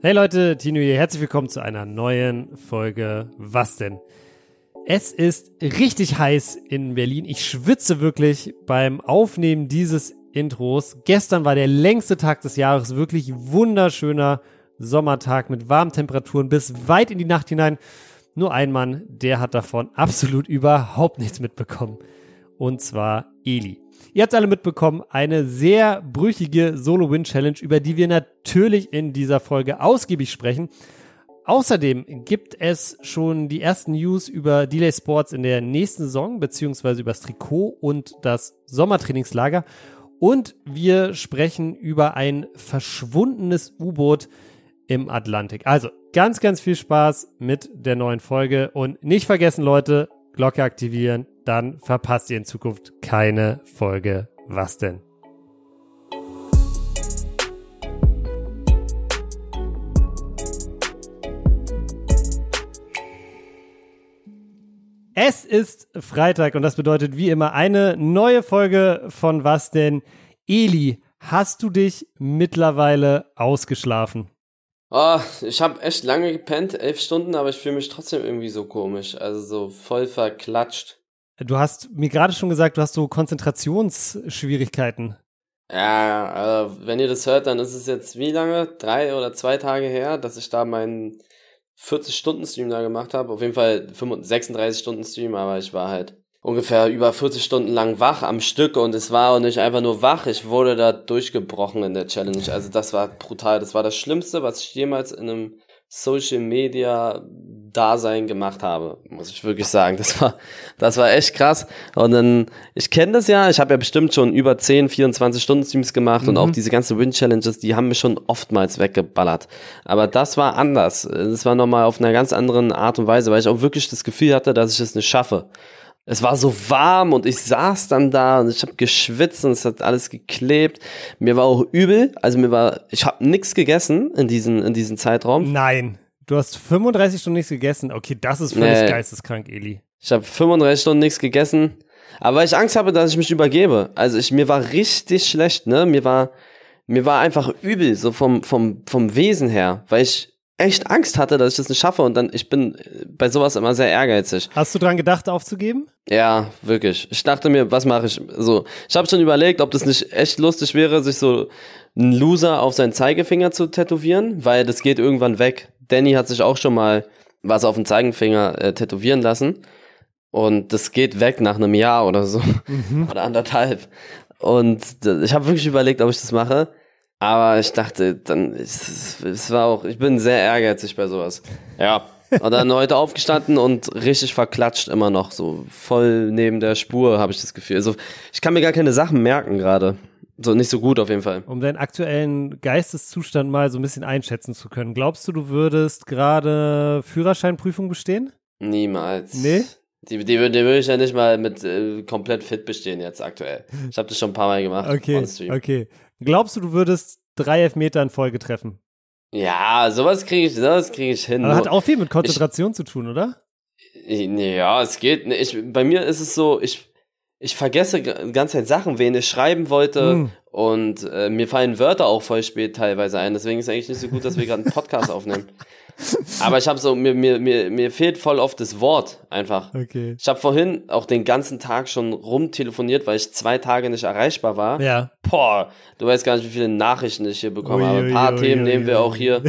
Hey Leute, Tino hier, herzlich willkommen zu einer neuen Folge Was denn? Es ist richtig heiß in Berlin. Ich schwitze wirklich beim Aufnehmen dieses Intros. Gestern war der längste Tag des Jahres, wirklich wunderschöner Sommertag mit warmen Temperaturen bis weit in die Nacht hinein. Nur ein Mann, der hat davon absolut überhaupt nichts mitbekommen. Und zwar Eli. Ihr habt es alle mitbekommen, eine sehr brüchige Solo-Win-Challenge, über die wir natürlich in dieser Folge ausgiebig sprechen. Außerdem gibt es schon die ersten News über Delay Sports in der nächsten Saison, beziehungsweise über das Trikot und das Sommertrainingslager. Und wir sprechen über ein verschwundenes U-Boot im Atlantik. Also ganz, ganz viel Spaß mit der neuen Folge. Und nicht vergessen, Leute, Glocke aktivieren, dann verpasst ihr in Zukunft keine Folge. Was denn? Es ist Freitag und das bedeutet wie immer eine neue Folge von Was denn? Eli, hast du dich mittlerweile ausgeschlafen? Oh, ich habe echt lange gepennt, 11 Stunden, aber ich fühle mich trotzdem irgendwie so komisch, also so voll verklatscht. Du hast mir gerade schon gesagt, du hast so Konzentrationsschwierigkeiten. Ja, also wenn ihr das hört, dann ist es jetzt wie lange? 3 oder 2 Tage her, dass ich da meinen 40-Stunden-Stream da gemacht habe. Auf jeden Fall 36-Stunden-Stream, aber ich war halt ungefähr über 40 Stunden lang wach am Stück und es war auch nicht einfach nur wach, ich wurde da durchgebrochen in der Challenge. Also das war brutal, das war das Schlimmste, was ich jemals in einem Social-Media-Dasein gemacht habe, muss ich wirklich sagen. Das war echt krass. Und dann, ich kenne das ja, ich habe ja bestimmt schon über 10, 24-Stunden-Streams gemacht und auch diese ganzen Win-Challenges, die haben mich schon oftmals weggeballert. Aber das war anders. Das war nochmal auf einer ganz anderen Art und Weise, weil ich auch wirklich das Gefühl hatte, dass ich es nicht schaffe. Es war so warm und ich saß dann da und ich habe geschwitzt und es hat alles geklebt. Mir war auch übel, also ich habe nichts gegessen in diesen Zeitraum. Nein, du hast 35 Stunden nichts gegessen. Okay, das ist völlig geisteskrank, Eli. Ich habe 35 Stunden nichts gegessen, aber weil ich Angst habe, dass ich mich übergebe. Also mir war richtig schlecht, ne? Mir war einfach übel, so vom Wesen her, weil ich echt Angst hatte, dass ich das nicht schaffe und dann, ich bin bei sowas immer sehr ehrgeizig. Hast du dran gedacht, aufzugeben? Ja, wirklich. Ich dachte mir, was mache ich? So, ich habe schon überlegt, ob das nicht echt lustig wäre, sich so einen Loser auf seinen Zeigefinger zu tätowieren, weil das geht irgendwann weg. Danny hat sich auch schon mal was auf den Zeigefinger tätowieren lassen und das geht weg nach einem Jahr oder so oder 1,5. Und ich habe wirklich überlegt, ob ich das mache. Aber ich dachte, ich bin sehr ehrgeizig bei sowas. Ja. Und dann heute aufgestanden und richtig verklatscht immer noch, so voll neben der Spur, habe ich das Gefühl. Also ich kann mir gar keine Sachen merken gerade. So nicht so gut auf jeden Fall. Um deinen aktuellen Geisteszustand mal so ein bisschen einschätzen zu können. Glaubst du würdest gerade Führerscheinprüfung bestehen? Niemals. Nee? Die würde ich ja nicht mal mit komplett fit bestehen jetzt aktuell. Ich habe das schon ein paar Mal gemacht. Okay. Glaubst du würdest 3 Elfmeter in Folge treffen? Ja, sowas kriege ich hin. Aber hat auch viel mit Konzentration zu tun, oder? Ja, es geht. Bei mir ist es so, ich vergesse die ganze Zeit Sachen, wen ich schreiben wollte und mir fallen Wörter auch voll spät teilweise ein. Deswegen ist es eigentlich nicht so gut, dass wir gerade einen Podcast aufnehmen. Aber ich habe so, mir fehlt voll oft das Wort einfach. Okay. Ich habe vorhin auch den ganzen Tag schon rumtelefoniert, weil ich 2 Tage nicht erreichbar war. Ja. Boah, du weißt gar nicht, wie viele Nachrichten ich hier bekommen habe. Ein paar Themen nehmen wir auch hier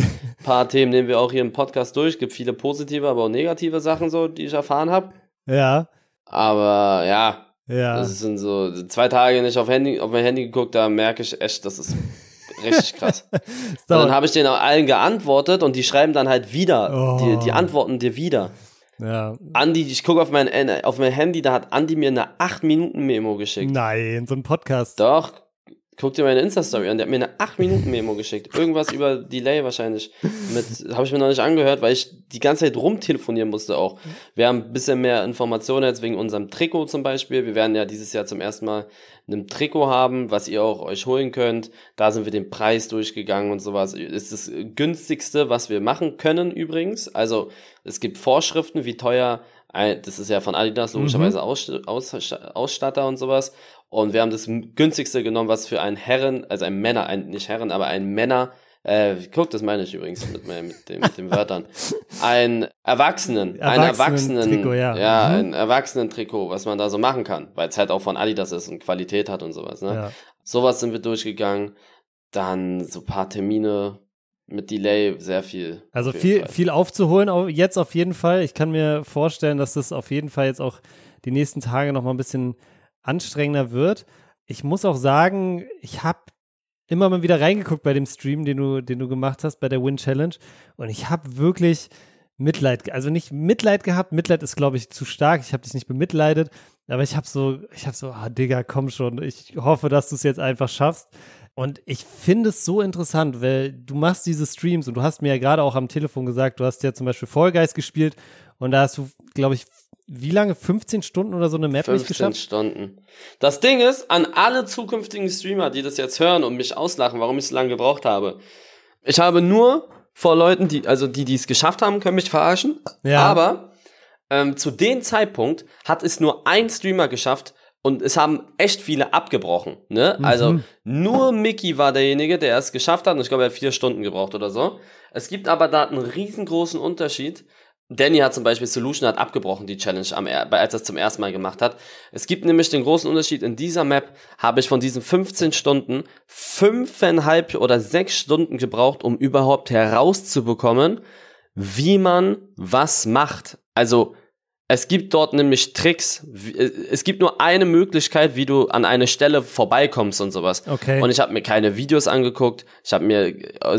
im Podcast durch. Gibt viele positive, aber auch negative Sachen so, die ich erfahren habe. Ja. Aber ja. Das sind so 2 Tage nicht auf mein Handy geguckt, da merke ich echt, das ist richtig krass. Und dann habe ich denen auch allen geantwortet und die schreiben dann halt wieder. Die antworten dir wieder. Ja. Andi, ich gucke auf mein Handy, da hat Andi mir eine 8-Minuten-Memo geschickt. Nein, so ein Podcast. Doch, guck dir meine Insta-Story an, der hat mir eine 8-Minuten-Memo geschickt. Irgendwas über Delay wahrscheinlich. Habe ich mir noch nicht angehört, weil ich die ganze Zeit rumtelefonieren musste auch. Wir haben ein bisschen mehr Informationen jetzt wegen unserem Trikot zum Beispiel. Wir werden ja dieses Jahr zum ersten Mal ein Trikot haben, was ihr auch euch holen könnt. Da sind wir den Preis durchgegangen und sowas. Ist das günstigste, was wir machen können übrigens. Also es gibt Vorschriften, wie teuer, das ist ja von Adidas logischerweise Ausstatter und sowas. Und wir haben das günstigste genommen, was für einen Männer Guck, das meine ich übrigens mit den Wörtern. Ein Erwachsenen-Trikot, ein Erwachsenen-Trikot, was man da so machen kann, weil es halt auch von Adidas ist und Qualität hat und sowas, ne? Ja. Sowas sind wir durchgegangen. Dann so ein paar Termine mit Delay, sehr viel. Also viel aufzuholen, jetzt auf jeden Fall. Ich kann mir vorstellen, dass das auf jeden Fall jetzt auch die nächsten Tage noch mal ein bisschen anstrengender wird. Ich muss auch sagen, ich habe immer mal wieder reingeguckt bei dem Stream, den du gemacht hast, bei der Win Challenge. Und ich habe wirklich Mitleid, also nicht Mitleid gehabt. Mitleid ist, glaube ich, zu stark. Ich habe dich nicht bemitleidet. Aber ich habe so, Digga, komm schon. Ich hoffe, dass du es jetzt einfach schaffst. Und ich finde es so interessant, weil du machst diese Streams und du hast mir ja gerade auch am Telefon gesagt, du hast ja zum Beispiel Fall Guys gespielt und da hast du, glaube ich, wie lange? 15 Stunden oder so eine Map nicht geschafft? 15 Stunden. Das Ding ist, an alle zukünftigen Streamer, die das jetzt hören und mich auslachen, warum ich so lange gebraucht habe. Ich habe nur vor Leuten, die es geschafft haben, können mich verarschen. Ja. Aber zu dem Zeitpunkt hat es nur ein Streamer geschafft, und es haben echt viele abgebrochen, ne? Also nur Mickey war derjenige, der es geschafft hat. Und ich glaube, er hat 4 Stunden gebraucht oder so. Es gibt aber da einen riesengroßen Unterschied. Danny hat zum Beispiel Solution hat abgebrochen, die Challenge, als er es zum ersten Mal gemacht hat. Es gibt nämlich den großen Unterschied. In dieser Map habe ich von diesen 15 Stunden 5,5 oder 6 Stunden gebraucht, um überhaupt herauszubekommen, wie man was macht. Also es gibt dort nämlich Tricks. Es gibt nur eine Möglichkeit, wie du an eine Stelle vorbeikommst und sowas. Okay. Und ich habe mir keine Videos angeguckt. Ich habe mir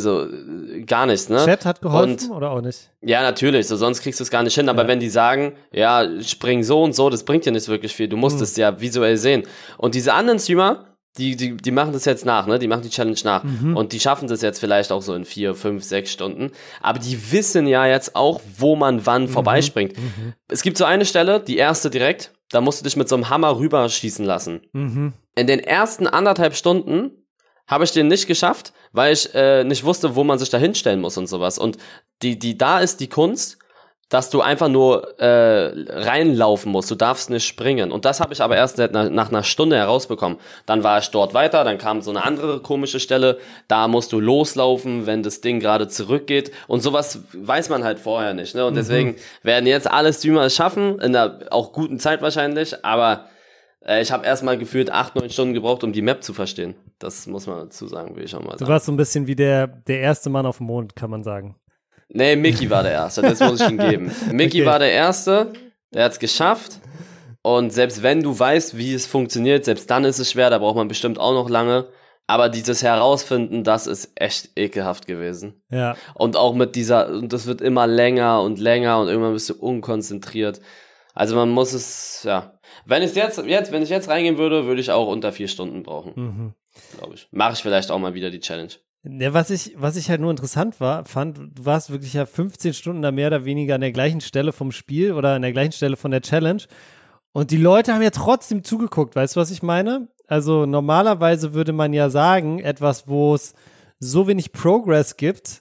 gar nichts, ne? Chat hat geholfen oder auch nicht? Ja, natürlich. So, sonst kriegst du es gar nicht hin. Aber wenn die sagen, ja, spring so und so, das bringt dir nicht wirklich viel. Du musst es ja visuell sehen. Und diese anderen Streamer, die machen das jetzt nach, ne? Die machen die Challenge nach. Und die schaffen das jetzt vielleicht auch so in 4, 5, 6 Stunden. Aber die wissen ja jetzt auch, wo man wann vorbeispringt. Es gibt so eine Stelle, die erste direkt, da musst du dich mit so einem Hammer rüberschießen lassen. In den ersten 1,5 Stunden habe ich den nicht geschafft, weil ich nicht wusste, wo man sich da hinstellen muss und sowas. Und da ist die Kunst, dass du einfach nur reinlaufen musst, du darfst nicht springen. Und das habe ich aber erst nach einer Stunde herausbekommen. Dann war ich dort weiter, dann kam so eine andere komische Stelle, da musst du loslaufen, wenn das Ding gerade zurückgeht. Und sowas weiß man halt vorher nicht, ne? Und deswegen werden jetzt alle Streamer es schaffen, in einer auch guten Zeit wahrscheinlich, aber ich habe erstmal gefühlt 8, 9 Stunden gebraucht, um die Map zu verstehen. Das muss man dazu sagen, will ich auch mal sagen. Du warst so ein bisschen wie der erste Mann auf dem Mond, kann man sagen. Nee, Mickey war der Erste, das muss ich ihm geben. Mickey war der Erste, der hat's geschafft. Und selbst wenn du weißt, wie es funktioniert, selbst dann ist es schwer, da braucht man bestimmt auch noch lange. Aber dieses Herausfinden, das ist echt ekelhaft gewesen. Ja. Und auch mit das wird immer länger und länger und irgendwann bist du unkonzentriert. Also man muss es, ja. Wenn ich jetzt reingehen würde, würde ich auch unter 4 Stunden brauchen. Glaube ich. Mache ich vielleicht auch mal wieder die Challenge. Ja, was ich halt nur interessant fand, du warst wirklich ja 15 Stunden da mehr oder weniger an der gleichen Stelle vom Spiel oder an der gleichen Stelle von der Challenge und die Leute haben ja trotzdem zugeguckt, weißt du, was ich meine? Also normalerweise würde man ja sagen, etwas, wo es so wenig Progress gibt,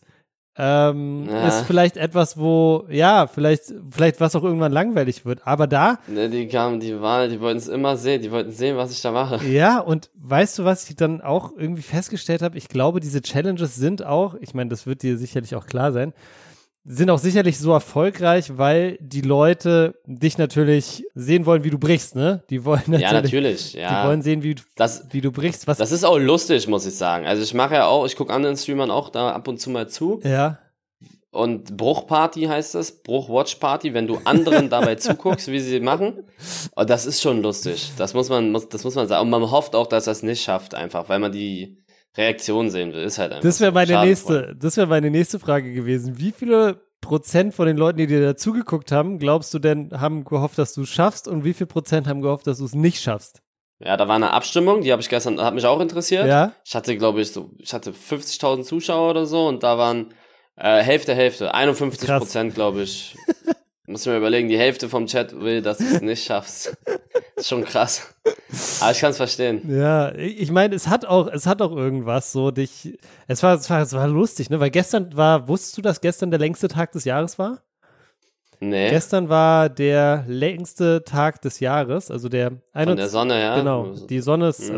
ist vielleicht etwas, wo, ja, vielleicht was auch irgendwann langweilig wird, aber da... Ne, die wollten es immer sehen, die wollten sehen, was ich da mache. Ja, und weißt du, was ich dann auch irgendwie festgestellt habe? Ich glaube, diese Challenges sind auch, ich meine, das wird dir sicherlich auch klar sein, sind auch sicherlich so erfolgreich, weil die Leute dich natürlich sehen wollen, wie du brichst, ne? Die wollen natürlich, ja. Die wollen sehen, wie du brichst. Das ist auch lustig, muss ich sagen. Also ich gucke anderen Streamern auch da ab und zu mal zu. Ja. Und Bruchparty heißt es, Bruch-Watch-Party, wenn du anderen dabei zuguckst, wie sie machen. Und das ist schon lustig. Das muss man sagen. Und man hofft auch, dass er es nicht schafft, einfach, weil man die Reaktion sehen will, ist halt einfach. Das wäre meine nächste Frage gewesen. Wie viele Prozent von den Leuten, die dir dazugeguckt haben, glaubst du denn, haben gehofft, dass du es schaffst und wie viel Prozent haben gehofft, dass du es nicht schaffst? Ja, da war eine Abstimmung, die hat mich auch interessiert. Ja? Ich hatte 50.000 Zuschauer oder so und da waren Hälfte, 51%, glaube ich. Muss ich mir überlegen, die Hälfte vom Chat will, dass du es nicht schaffst. Ist schon krass. Aber ich kann es verstehen. Ja, ich meine, es hat auch irgendwas so es war lustig, ne? Weil wusstest du, dass gestern der längste Tag des Jahres war? Nee. Gestern war der längste Tag des Jahres, also der von der Sonne, ja. Genau, die Sonne ist, also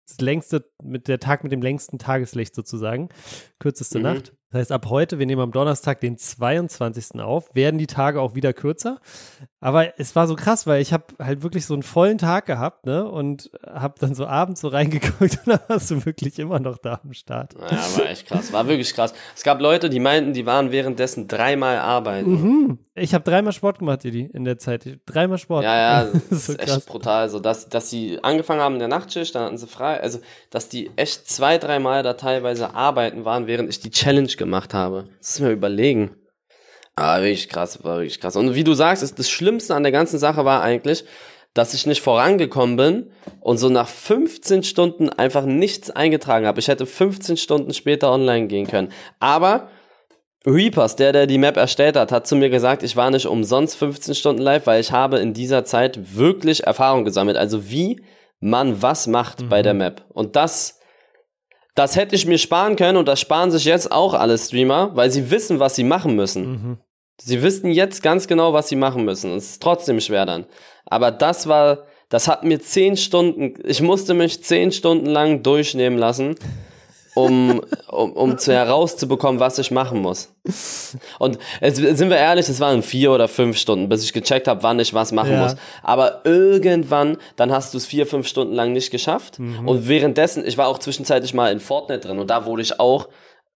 der Tag mit dem längsten Tageslicht sozusagen, kürzeste Mhm. Nacht. Das heißt, ab heute, wir nehmen am Donnerstag den 22. auf, werden die Tage auch wieder kürzer. Aber es war so krass, weil ich habe halt wirklich so einen vollen Tag gehabt, ne? Und habe dann so abends so reingeguckt und dann warst du wirklich immer noch da am Start. Ja, war echt krass, war wirklich krass. Es gab Leute, die meinten, die waren währenddessen 3-mal arbeiten. Mhm. Ich habe 3-mal Sport gemacht, Didi, in der Zeit. 3-mal Sport. Ja, das so ist krass. echt brutal. So, dass sie angefangen haben in der Nachtschicht, dann hatten sie frei. Also, dass die echt 2-3 Mal da teilweise arbeiten waren, während ich die Challenge gemacht habe. Das ist mir überlegen. Aber wirklich krass, war wirklich krass. Und wie du sagst, das Schlimmste an der ganzen Sache war eigentlich, dass ich nicht vorangekommen bin und so nach 15 Stunden einfach nichts eingetragen habe. Ich hätte 15 Stunden später online gehen können. Aber Reapers, der die Map erstellt hat zu mir gesagt, ich war nicht umsonst 15 Stunden live, weil ich habe in dieser Zeit wirklich Erfahrung gesammelt. Also wie man was macht bei der Map. Und das hätte ich mir sparen können und das sparen sich jetzt auch alle Streamer, weil sie wissen, was sie machen müssen. Mhm. Sie wissen jetzt ganz genau, was sie machen müssen. Und es ist trotzdem schwer dann. Aber das hat mir 10 Stunden, ich musste mich 10 Stunden lang durchnehmen lassen, um herauszubekommen, was ich machen muss. Und jetzt sind wir ehrlich, es waren 4 oder 5 Stunden, bis ich gecheckt habe, wann ich was machen muss. Aber irgendwann, dann hast du es 4-5 Stunden lang nicht geschafft. Und währenddessen, ich war auch zwischenzeitlich mal in Fortnite drin und da wurde ich auch,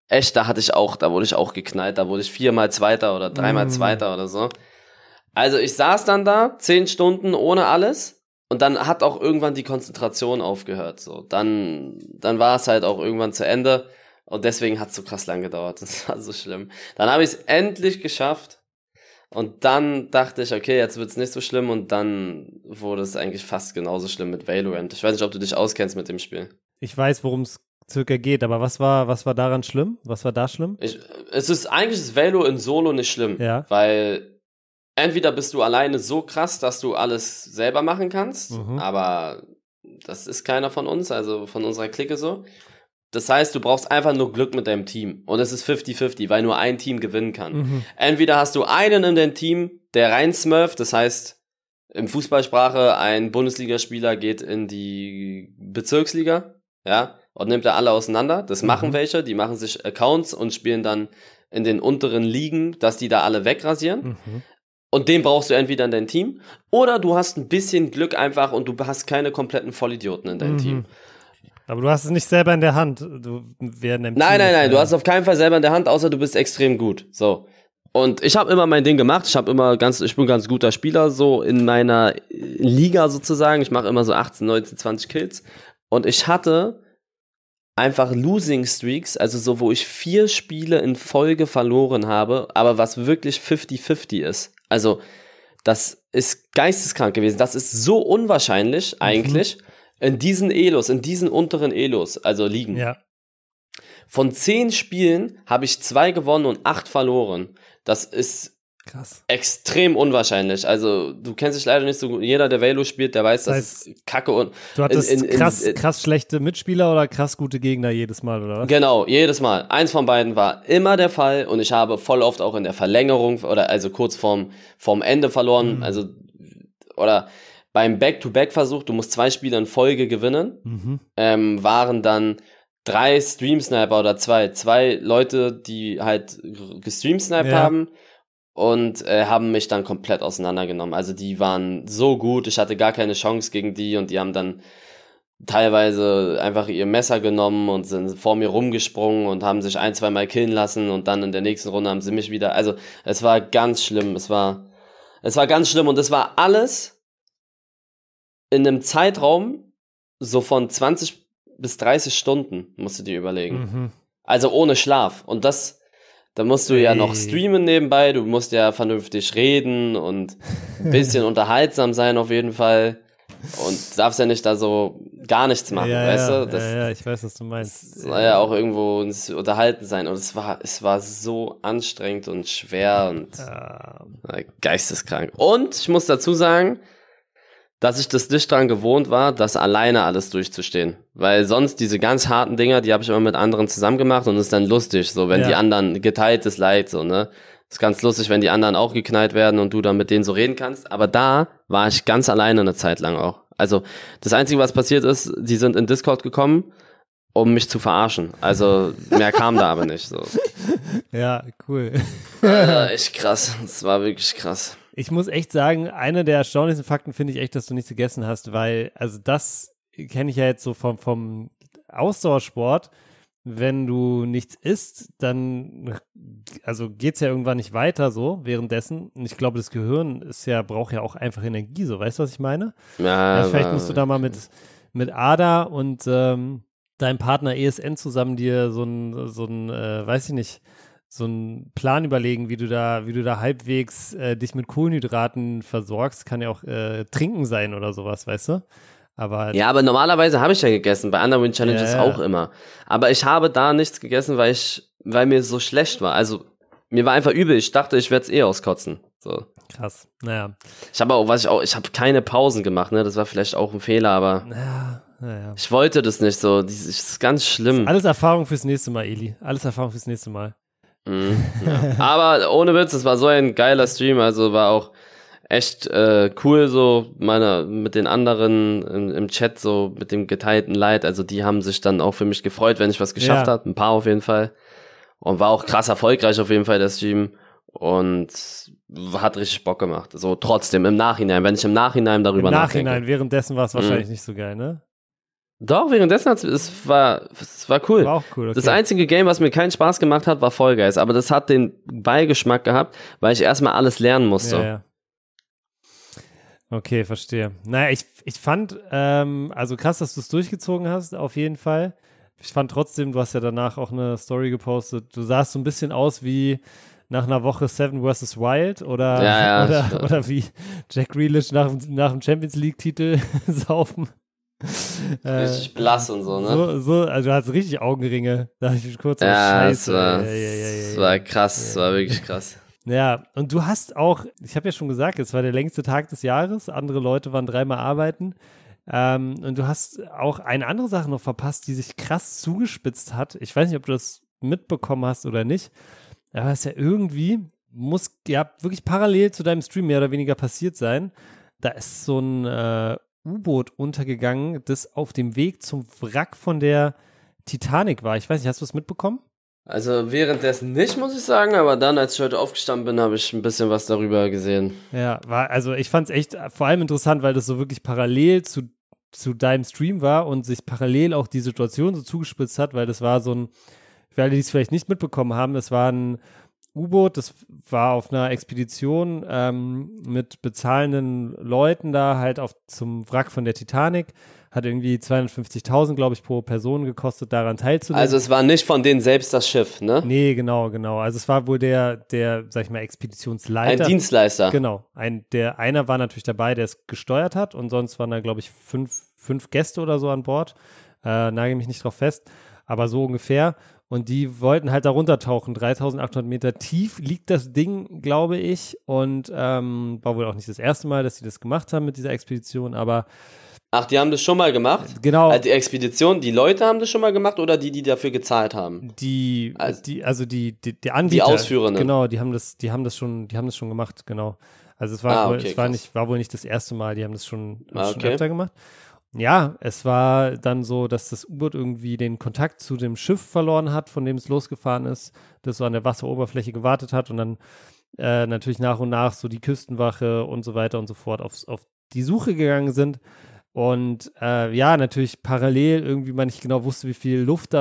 da wurde ich auch geknallt, da wurde ich 4-mal Zweiter oder 3-mal Zweiter oder so. Also ich saß dann da 10 Stunden ohne alles. Und dann hat auch irgendwann die Konzentration aufgehört. So, dann war es halt auch irgendwann zu Ende. Und deswegen hat es so krass lang gedauert. Das war so schlimm. Dann habe ich es endlich geschafft. Und dann dachte ich, okay, jetzt wird's nicht so schlimm. Und dann wurde es eigentlich fast genauso schlimm mit Valorant. Ich weiß nicht, ob du dich auskennst mit dem Spiel. Ich weiß, worum es circa geht, aber was war daran schlimm? Was war da schlimm? Eigentlich ist Valo in Solo nicht schlimm. Ja. Weil entweder bist du alleine so krass, dass du alles selber machen kannst, aber das ist keiner von uns, also von unserer Clique so. Das heißt, du brauchst einfach nur Glück mit deinem Team. Und es ist 50-50, weil nur ein Team gewinnen kann. Entweder hast du einen in deinem Team, der rein smurft, das heißt, im Fußballsprache, ein Bundesligaspieler geht in die Bezirksliga, ja, und nimmt da alle auseinander. Das machen welche, die machen sich Accounts und spielen dann in den unteren Ligen, dass die da alle wegrasieren. Und den brauchst du entweder in dein Team oder du hast ein bisschen Glück einfach und du hast keine kompletten Vollidioten in deinem Team. Aber du hast es nicht selber in der Hand. Nein, du hast es auf keinen Fall selber in der Hand, außer du bist extrem gut. So. Und ich habe immer mein Ding gemacht. Ich bin ganz guter Spieler so in meiner Liga sozusagen. Ich mache immer so 18, 19, 20 Kills. Und ich hatte einfach Losing Streaks, also so, wo ich 4 Spiele in Folge verloren habe, aber was wirklich 50-50 ist. Also, das ist geisteskrank gewesen. Das ist so unwahrscheinlich eigentlich in diesen Elos, in diesen unteren Elos, also Ligen. Ja. Von 10 Spielen habe ich 2 gewonnen und 8 verloren. Das ist krass. Extrem unwahrscheinlich. Also, du kennst dich leider nicht so gut. Jeder, der Valo spielt, der weiß, das ist Kacke. Und du hattest krass schlechte Mitspieler oder krass gute Gegner jedes Mal, oder was? Genau, jedes Mal. Eins von beiden war immer der Fall und ich habe voll oft auch in der Verlängerung oder also kurz vorm Ende verloren. Also, oder beim Back-to-Back-Versuch, du musst 2 Spiele in Folge gewinnen, waren dann 3 Stream-Sniper oder 2 Leute, die halt gestream-sniped haben. Und haben mich dann komplett auseinandergenommen. Also die waren so gut, ich hatte gar keine Chance gegen die und die haben dann teilweise einfach ihr Messer genommen und sind vor mir rumgesprungen und haben sich 1-2 Mal killen lassen und dann in der nächsten Runde haben sie mich wieder, also es war ganz schlimm, es war ganz schlimm und es war alles in einem Zeitraum so von 20 bis 30 Stunden, musst du dir überlegen. Also ohne Schlaf und da musst du ja noch streamen nebenbei, du musst ja vernünftig reden und ein bisschen unterhaltsam sein auf jeden Fall und darfst ja nicht da so gar nichts machen, weißt du? Ja, ich weiß, was du meinst. Es soll ja auch irgendwo unterhalten sein und es war so anstrengend und schwer und geisteskrank. Und ich muss dazu sagen, dass ich das nicht dran gewohnt war, das alleine alles durchzustehen. Weil sonst diese ganz harten Dinger, die habe ich immer mit anderen zusammen gemacht und es ist dann lustig, so wenn die anderen geteiltes Leid, so, ne? Ist ganz lustig, wenn die anderen auch geknallt werden und du dann mit denen so reden kannst. Aber da war ich ganz alleine eine Zeit lang auch. Also das Einzige, was passiert ist, die sind in Discord gekommen, um mich zu verarschen. Also mehr kam da aber nicht. So. Ja, cool. Echt krass. Das war wirklich krass. Ich muss echt sagen, einer der erstaunlichsten Fakten finde ich echt, dass du nichts gegessen hast, weil, also das kenne ich ja jetzt so vom Ausdauersport. Wenn du nichts isst, dann also geht's ja irgendwann nicht weiter so währenddessen. Und ich glaube, das Gehirn braucht ja auch einfach Energie, so, weißt du, was ich meine? Ja, Vielleicht musst du da mal mit Ada und deinem Partner ESN zusammen dir so ein weiß ich nicht, so einen Plan überlegen, wie du da halbwegs dich mit Kohlenhydraten versorgst. Kann ja auch Trinken sein oder sowas, weißt du? Aber normalerweise habe ich ja gegessen, bei anderen Win Challenges auch immer. Aber ich habe da nichts gegessen, weil mir so schlecht war. Also mir war einfach übel. Ich dachte, ich werde es auskotzen. So. Krass. Naja. Ich habe keine Pausen gemacht, ne? Das war vielleicht auch ein Fehler, aber naja. Ich wollte das nicht so. Das ist ganz schlimm. Das ist alles Erfahrung fürs nächste Mal, Eli. Alles Erfahrung fürs nächste Mal. Ja. Aber ohne Witz, es war so ein geiler Stream. Also war auch echt cool so mit den anderen im Chat, so mit dem geteilten Leid, also die haben sich dann auch für mich gefreut, wenn ich was geschafft habe, ein paar auf jeden Fall, und war auch krass erfolgreich auf jeden Fall der Stream und hat richtig Bock gemacht, so trotzdem im Nachhinein, wenn ich im Nachhinein darüber nachdenke. Währenddessen war es wahrscheinlich nicht so geil, ne? Doch, währenddessen es war cool. War auch cool, okay. Das einzige Game, was mir keinen Spaß gemacht hat, war Fall Guys, aber das hat den Beigeschmack gehabt, weil ich erstmal alles lernen musste. Ja. Okay, verstehe. Naja, ich fand, also krass, dass du es durchgezogen hast, auf jeden Fall. Ich fand trotzdem, du hast ja danach auch eine Story gepostet, du sahst so ein bisschen aus wie nach einer Woche Seven vs. Wild oder wie Jack Grealish nach dem Champions League-Titel saufen. Richtig blass und so, ne? So, also du hast richtig Augenringe. Da dachte ich mich kurz, Scheiße. Es war krass, es war wirklich krass. Ja, und du hast auch, ich habe ja schon gesagt, es war der längste Tag des Jahres, andere Leute waren 3-mal arbeiten, und du hast auch eine andere Sache noch verpasst, die sich krass zugespitzt hat. Ich weiß nicht, ob du das mitbekommen hast oder nicht, aber es ist ja irgendwie, muss ja wirklich parallel zu deinem Stream mehr oder weniger passiert sein. Da ist so ein U-Boot untergegangen, das auf dem Weg zum Wrack von der Titanic war. Ich weiß nicht, hast du es mitbekommen? Also währenddessen nicht, muss ich sagen, aber dann, als ich heute aufgestanden bin, habe ich ein bisschen was darüber gesehen. Ja, also ich fand es echt vor allem interessant, weil das so wirklich parallel zu deinem Stream war und sich parallel auch die Situation so zugespitzt hat, weil das war so ein, für alle, die es vielleicht nicht mitbekommen haben, das war ein U-Boot, das war auf einer Expedition mit bezahlenden Leuten da halt zum Wrack von der Titanic. Hat irgendwie 250.000, glaube ich, pro Person gekostet, daran teilzunehmen. Also es war nicht von denen selbst das Schiff, ne? Nee, genau. Also es war wohl der, sag ich mal, Expeditionsleiter. Ein Dienstleister. Genau. Einer war natürlich dabei, der es gesteuert hat, und sonst waren da, glaube ich, fünf Gäste oder so an Bord. Nagel mich nicht drauf fest, aber so ungefähr. Und die wollten halt da runtertauchen. 3.800 Meter tief liegt das Ding, glaube ich. Und war wohl auch nicht das erste Mal, dass sie das gemacht haben mit dieser Expedition, aber Ach, die haben das schon mal gemacht? Genau. Also die Expedition, die Leute haben das schon mal gemacht oder die dafür gezahlt haben? Die Anbieter. Die Ausführenden. Genau, die haben das schon gemacht, genau. Also es war war wohl nicht das erste Mal, die haben das schon öfter gemacht. Ja, es war dann so, dass das U-Boot irgendwie den Kontakt zu dem Schiff verloren hat, von dem es losgefahren ist, das so an der Wasseroberfläche gewartet hat und dann natürlich nach und nach so die Küstenwache und so weiter und so fort auf die Suche gegangen sind. Und natürlich parallel irgendwie man nicht genau wusste, wie viel Luft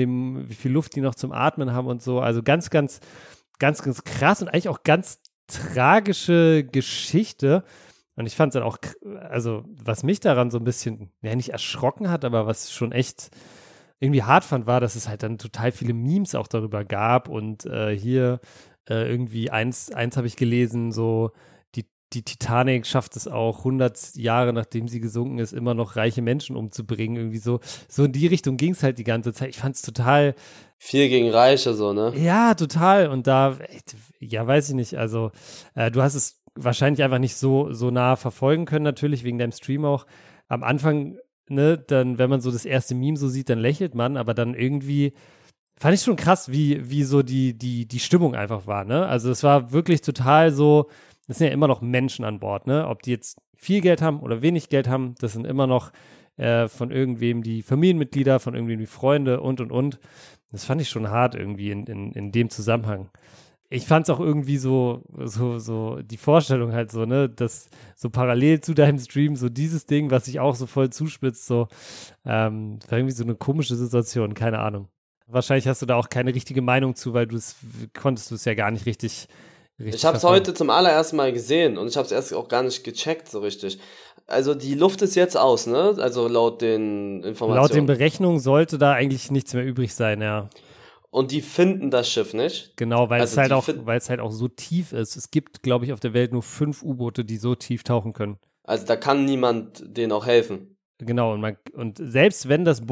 die noch zum Atmen haben und so. Also ganz, ganz, ganz, ganz krass und eigentlich auch ganz tragische Geschichte. Und ich fand es dann auch, also was mich daran so ein bisschen, nicht erschrocken hat, aber was schon echt irgendwie hart fand, war, dass es halt dann total viele Memes auch darüber gab. Und hier irgendwie eins habe ich gelesen, so die Titanic schafft es auch 100 Jahre, nachdem sie gesunken ist, immer noch reiche Menschen umzubringen. Irgendwie so in die Richtung ging es halt die ganze Zeit. Ich fand es total. Viel gegen Reiche, so, ne? Ja, total. Und da, weiß ich nicht. Also, du hast es wahrscheinlich einfach nicht so nah verfolgen können, natürlich, wegen deinem Stream auch. Am Anfang, ne, dann, wenn man so das erste Meme so sieht, dann lächelt man, aber dann irgendwie fand ich schon krass, wie so die Stimmung einfach war, ne? Also, es war wirklich total so. das sind ja immer noch Menschen an Bord, ne? Ob die jetzt viel Geld haben oder wenig Geld haben, das sind immer noch von irgendwem die Familienmitglieder, von irgendwem die Freunde und. Das fand ich schon hart irgendwie in dem Zusammenhang. Ich fand es auch irgendwie so die Vorstellung halt so, ne, dass so parallel zu deinem Stream so dieses Ding, was sich auch so voll zuspitzt, so war irgendwie so eine komische Situation, keine Ahnung. Wahrscheinlich hast du da auch keine richtige Meinung zu, weil konntest du es ja gar nicht richtig ich habe es heute zum allerersten Mal gesehen und ich habe es erst auch gar nicht gecheckt so richtig. Also die Luft ist jetzt aus, ne? Also laut den Informationen. Laut den Berechnungen sollte da eigentlich nichts mehr übrig sein, ja. Und die finden das Schiff nicht. Genau, weil es halt auch so tief ist. Es gibt, glaube ich, auf der Welt nur 5 U-Boote, die so tief tauchen können. Also da kann niemand denen auch helfen. Genau, und selbst wenn das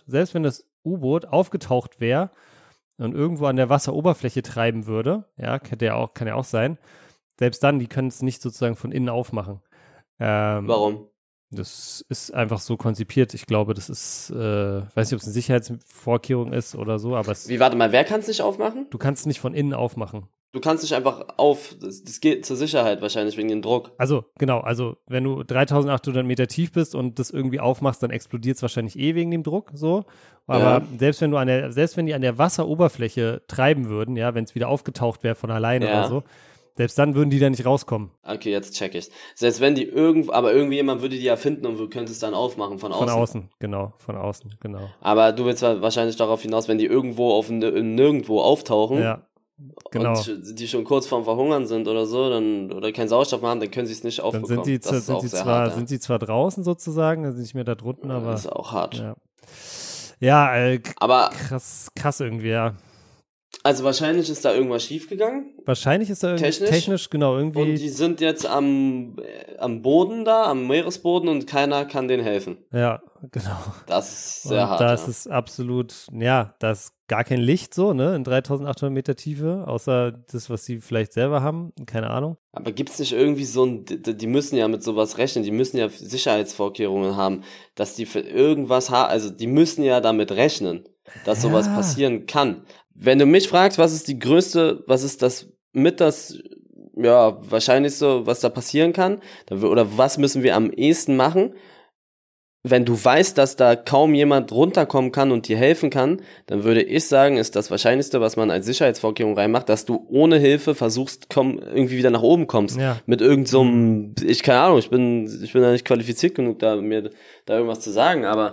U-Boot aufgetaucht wäre und irgendwo an der Wasseroberfläche treiben würde, ja, kann ja auch sein, selbst dann, die können es nicht sozusagen von innen aufmachen. Warum? Das ist einfach so konzipiert. Ich glaube, das ist, weiß nicht, ob es eine Sicherheitsvorkehrung ist oder so, aber warte mal, wer kann es nicht aufmachen? Du kannst es nicht von innen aufmachen. Du kannst nicht einfach das geht zur Sicherheit wahrscheinlich wegen dem Druck. Also, genau, wenn du 3800 Meter tief bist und das irgendwie aufmachst, dann explodiert es wahrscheinlich wegen dem Druck, so. Aber selbst wenn die an der Wasseroberfläche treiben würden, ja, wenn es wieder aufgetaucht wäre von alleine oder so, selbst dann würden die da nicht rauskommen. Okay, jetzt check ich's. Selbst wenn die aber irgendjemand würde die ja finden und du könntest es dann aufmachen von außen. Von außen, genau. Aber du willst wahrscheinlich darauf hinaus, wenn die irgendwo nirgendwo auftauchen. Ja, genau. Und die schon kurz vorm Verhungern sind oder so, oder keinen Sauerstoff haben, dann können sie es nicht aufbekommen. Dann sind sie zwar draußen sozusagen, also nicht mehr da drunten, aber. Das ist auch hart. Ja, aber krass irgendwie, ja. Also wahrscheinlich ist da irgendwas schiefgegangen. Wahrscheinlich ist da technisch genau irgendwie. Und die sind jetzt am Boden da, am Meeresboden und keiner kann denen helfen. Ja, genau. Das ist sehr hart. Das ist absolut, da ist gar kein Licht so, ne, in 3800 Meter Tiefe, außer das, was sie vielleicht selber haben, keine Ahnung. Aber gibt's nicht irgendwie die müssen ja mit sowas rechnen, die müssen ja Sicherheitsvorkehrungen haben, dass die für irgendwas also die müssen ja damit rechnen, dass sowas passieren kann. Wenn du mich fragst, was ist wahrscheinlich so, was da passieren kann, oder was müssen wir am ehesten machen, wenn du weißt, dass da kaum jemand runterkommen kann und dir helfen kann, dann würde ich sagen, ist das Wahrscheinlichste, was man als Sicherheitsvorkehrung reinmacht, dass du ohne Hilfe versuchst, irgendwie wieder nach oben kommst. Ja. Mit irgend keine Ahnung, ich bin da nicht qualifiziert genug, mir da irgendwas zu sagen, aber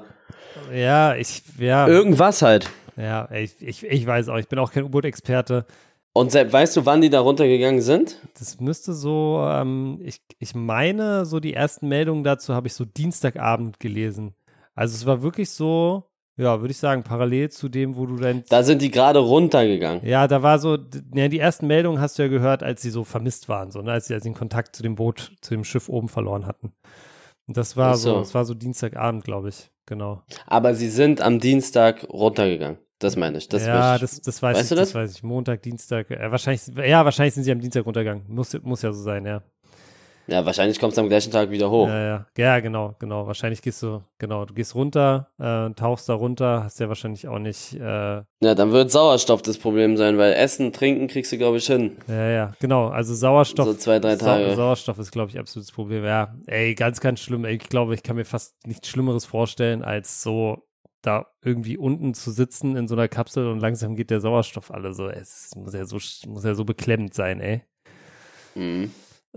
irgendwas halt. Ja, ich weiß auch, ich bin auch kein U-Boot-Experte. Und weißt du, wann die da runtergegangen sind? Das müsste so, ich meine, so die ersten Meldungen dazu habe ich so Dienstagabend gelesen. Also es war wirklich so, ja, würde ich sagen, parallel zu dem, wo du Da sind die gerade runtergegangen. Ja, da war so, die ersten Meldungen hast du ja gehört, als sie so vermisst waren, so, ne, als sie den Kontakt zu dem Boot, zu dem Schiff oben verloren hatten. Und das war das war so Dienstagabend, glaube ich, genau. Aber sie sind am Dienstag runtergegangen. Das meine ich. Das weiß ich. Das weiß ich. Montag, Dienstag. Wahrscheinlich sind sie am Dienstag runtergegangen. Muss ja so sein, ja. Ja, wahrscheinlich kommst du am gleichen Tag wieder hoch. Ja, genau. Wahrscheinlich du gehst runter, tauchst da runter, hast ja wahrscheinlich auch nicht. Ja, dann wird Sauerstoff das Problem sein, weil Essen, Trinken kriegst du, glaube ich, hin. Ja, genau. Also Sauerstoff. So 2-3 Tage. Sauerstoff ist, glaube ich, absolutes Problem. Ja, ganz, ganz schlimm. Ich glaube, ich kann mir fast nichts Schlimmeres vorstellen, als so da irgendwie unten zu sitzen in so einer Kapsel und langsam geht der Sauerstoff alle so. Es muss ja so beklemmend sein, ey. Mhm.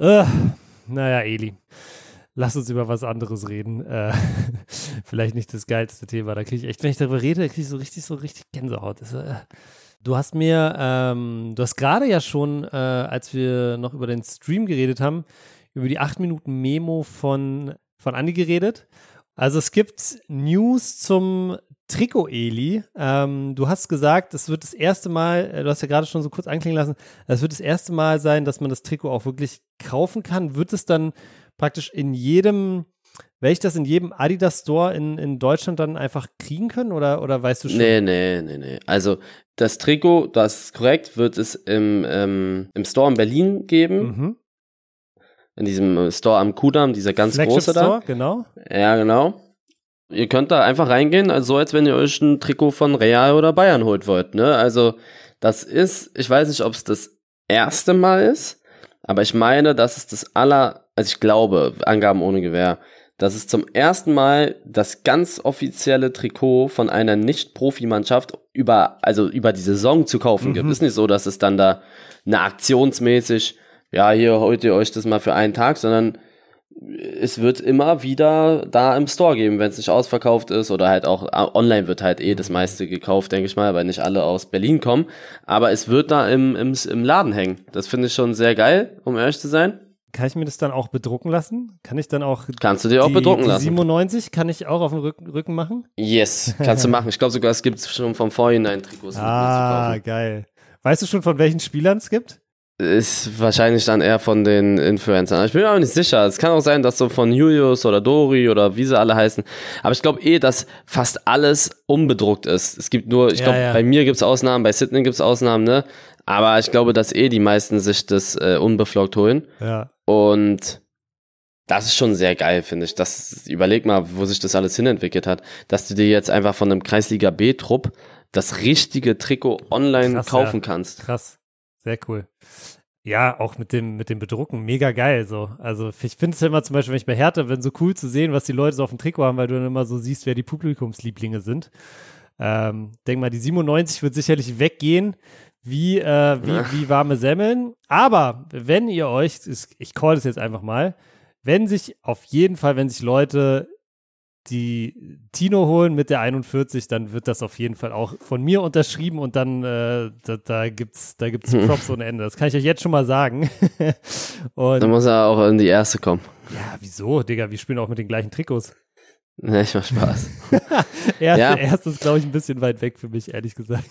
Naja, Eli, lass uns über was anderes reden. Vielleicht nicht das geilste Thema. Da kriege ich echt, wenn ich darüber rede, kriege ich so richtig Gänsehaut. Du hast gerade ja schon, als wir noch über den Stream geredet haben, über die 8 Minuten Memo von Andi geredet. Also es gibt News zum Trikot, Eli. Du hast gesagt, es wird das erste Mal, du hast ja gerade schon so kurz anklingen lassen, es wird das erste Mal sein, dass man das Trikot auch wirklich kaufen kann. Wird es dann praktisch werde ich das in jedem Adidas Store in Deutschland dann einfach kriegen können oder weißt du schon? Nee. Also das Trikot, das ist korrekt, wird es im Store in Berlin geben. Mhm. In diesem Store am Kudamm, dieser ganz große da. Store, genau. Ja, genau. Ihr könnt da einfach reingehen, also als wenn ihr euch ein Trikot von Real oder Bayern holt wollt, ne? Also das ist, ich weiß nicht, ob es das erste Mal ist, aber ich meine, das ist also ich glaube, Angaben ohne Gewähr, dass es zum ersten Mal das ganz offizielle Trikot von einer Nicht-Profi-Mannschaft über die Saison zu kaufen gibt. Ist nicht so, dass es dann da aktionsmäßig, ja, hier holt ihr euch das mal für einen Tag, sondern es wird immer wieder da im Store geben, wenn es nicht ausverkauft ist oder halt auch online wird halt das meiste gekauft, denke ich mal, weil nicht alle aus Berlin kommen. Aber es wird da im Laden hängen. Das finde ich schon sehr geil, um ehrlich zu sein. Kann ich mir das dann auch bedrucken lassen? Kann ich dann auch Kannst du dir auch bedrucken lassen. 97 kann ich auch auf dem Rücken machen? Yes, kannst du machen. Ich glaube sogar, es gibt schon vom Vorhinein Trikots zu kaufen. Geil. Weißt du schon, von welchen Spielern es gibt? Ist wahrscheinlich dann eher von den Influencern. Ich bin mir aber nicht sicher. Es kann auch sein, dass so von Julius oder Dori oder wie sie alle heißen. Aber ich glaube dass fast alles unbedruckt ist. Es gibt nur, ich glaube, bei mir gibt's Ausnahmen, bei Sydney gibt's Ausnahmen, ne? Aber ich glaube, dass die meisten sich das unbeflockt holen. Ja. Und das ist schon sehr geil, finde ich. Überleg mal, wo sich das alles hinentwickelt hat. Dass du dir jetzt einfach von einem Kreisliga B-Trupp das richtige Trikot online kaufen kannst. Krass. Sehr cool. Ja, auch mit dem Bedrucken, mega geil so. Also ich finde es immer zum Beispiel, wenn ich bei Hertha bin, so cool zu sehen, was die Leute so auf dem Trikot haben, weil du dann immer so siehst, wer die Publikumslieblinge sind. Denk mal, die 97 wird sicherlich weggehen, wie warme Semmeln. Aber wenn ihr euch, ich call das jetzt einfach mal, wenn sich Leute die Tino holen mit der 41, dann wird das auf jeden Fall auch von mir unterschrieben und dann da gibt's Props ohne Ende. Das kann ich euch jetzt schon mal sagen. Und dann muss er auch in die erste kommen. Ja, wieso, Digga? Wir spielen auch mit den gleichen Trikots. Ja, ich mach Spaß. Erstes glaube ich, ein bisschen weit weg für mich, ehrlich gesagt.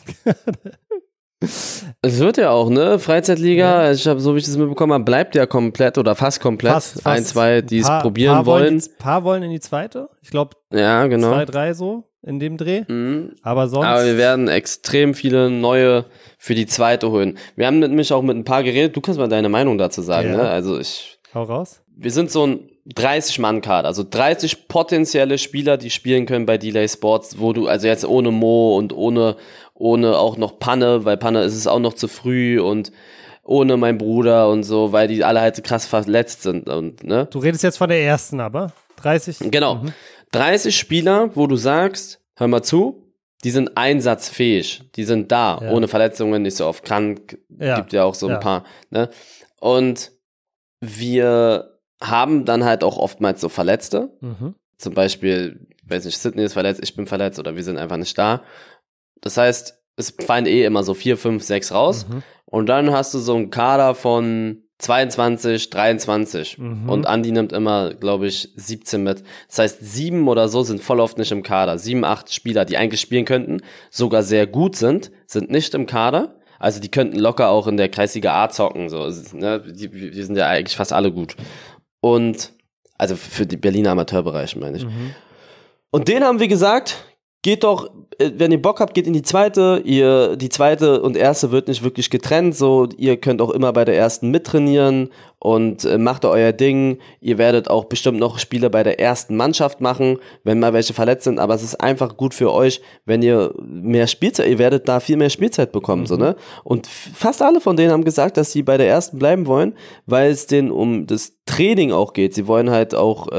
Es wird ja auch, ne? Freizeitliga, so wie ich das mitbekommen habe, bleibt ja komplett oder fast komplett. Fast. Ein, zwei, die es probieren wollen. Paar wollen in die zweite. Ich glaube, ja, genau. 2, 3 so in dem Dreh. Aber sonst. Aber wir werden extrem viele neue für die zweite holen. Wir haben nämlich auch mit ein paar geredet. Du kannst mal deine Meinung dazu sagen, ne? Also hau raus. Wir sind so ein 30-Mann-Kader, also 30 potenzielle Spieler, die spielen können bei Delay Sports, wo du, also jetzt ohne Mo und ohne auch noch Panne, weil Panne ist es auch noch zu früh und ohne mein Bruder und so, weil die alle halt so krass verletzt sind und, ne? Du redest jetzt von der ersten, aber 30? Genau. 30 Spieler, wo du sagst, hör mal zu, die sind einsatzfähig, die sind da, ohne Verletzungen, nicht so oft krank, gibt ja auch so ein paar, ne? Und wir haben dann halt auch oftmals so Verletzte. Zum Beispiel, weiß nicht, Sydney ist verletzt, ich bin verletzt oder wir sind einfach nicht da. Das heißt, es fallen immer so 4, 5, 6 raus. Und dann hast du so einen Kader von 22, 23. Und Andi nimmt immer, glaube ich, 17 mit. Das heißt, 7 oder so sind voll oft nicht im Kader. 7, 8 Spieler, die eigentlich spielen könnten, sogar sehr gut sind nicht im Kader. Also die könnten locker auch in der Kreisliga A zocken. So, ne? Die sind ja eigentlich fast alle gut. Und, also für die Berliner Amateurbereich, meine ich. Und denen haben wir gesagt, geht doch, wenn ihr Bock habt, geht in die zweite. Die zweite und erste wird nicht wirklich getrennt. So, ihr könnt auch immer bei der ersten mittrainieren und macht euer Ding. Ihr werdet auch bestimmt noch Spiele bei der ersten Mannschaft machen, wenn mal welche verletzt sind. Aber es ist einfach gut für euch, wenn ihr mehr Spielzeit, ihr werdet da viel mehr Spielzeit bekommen, so, ne? Und fast alle von denen haben gesagt, dass sie bei der ersten bleiben wollen, weil es denen um das Training auch geht. Sie wollen halt auch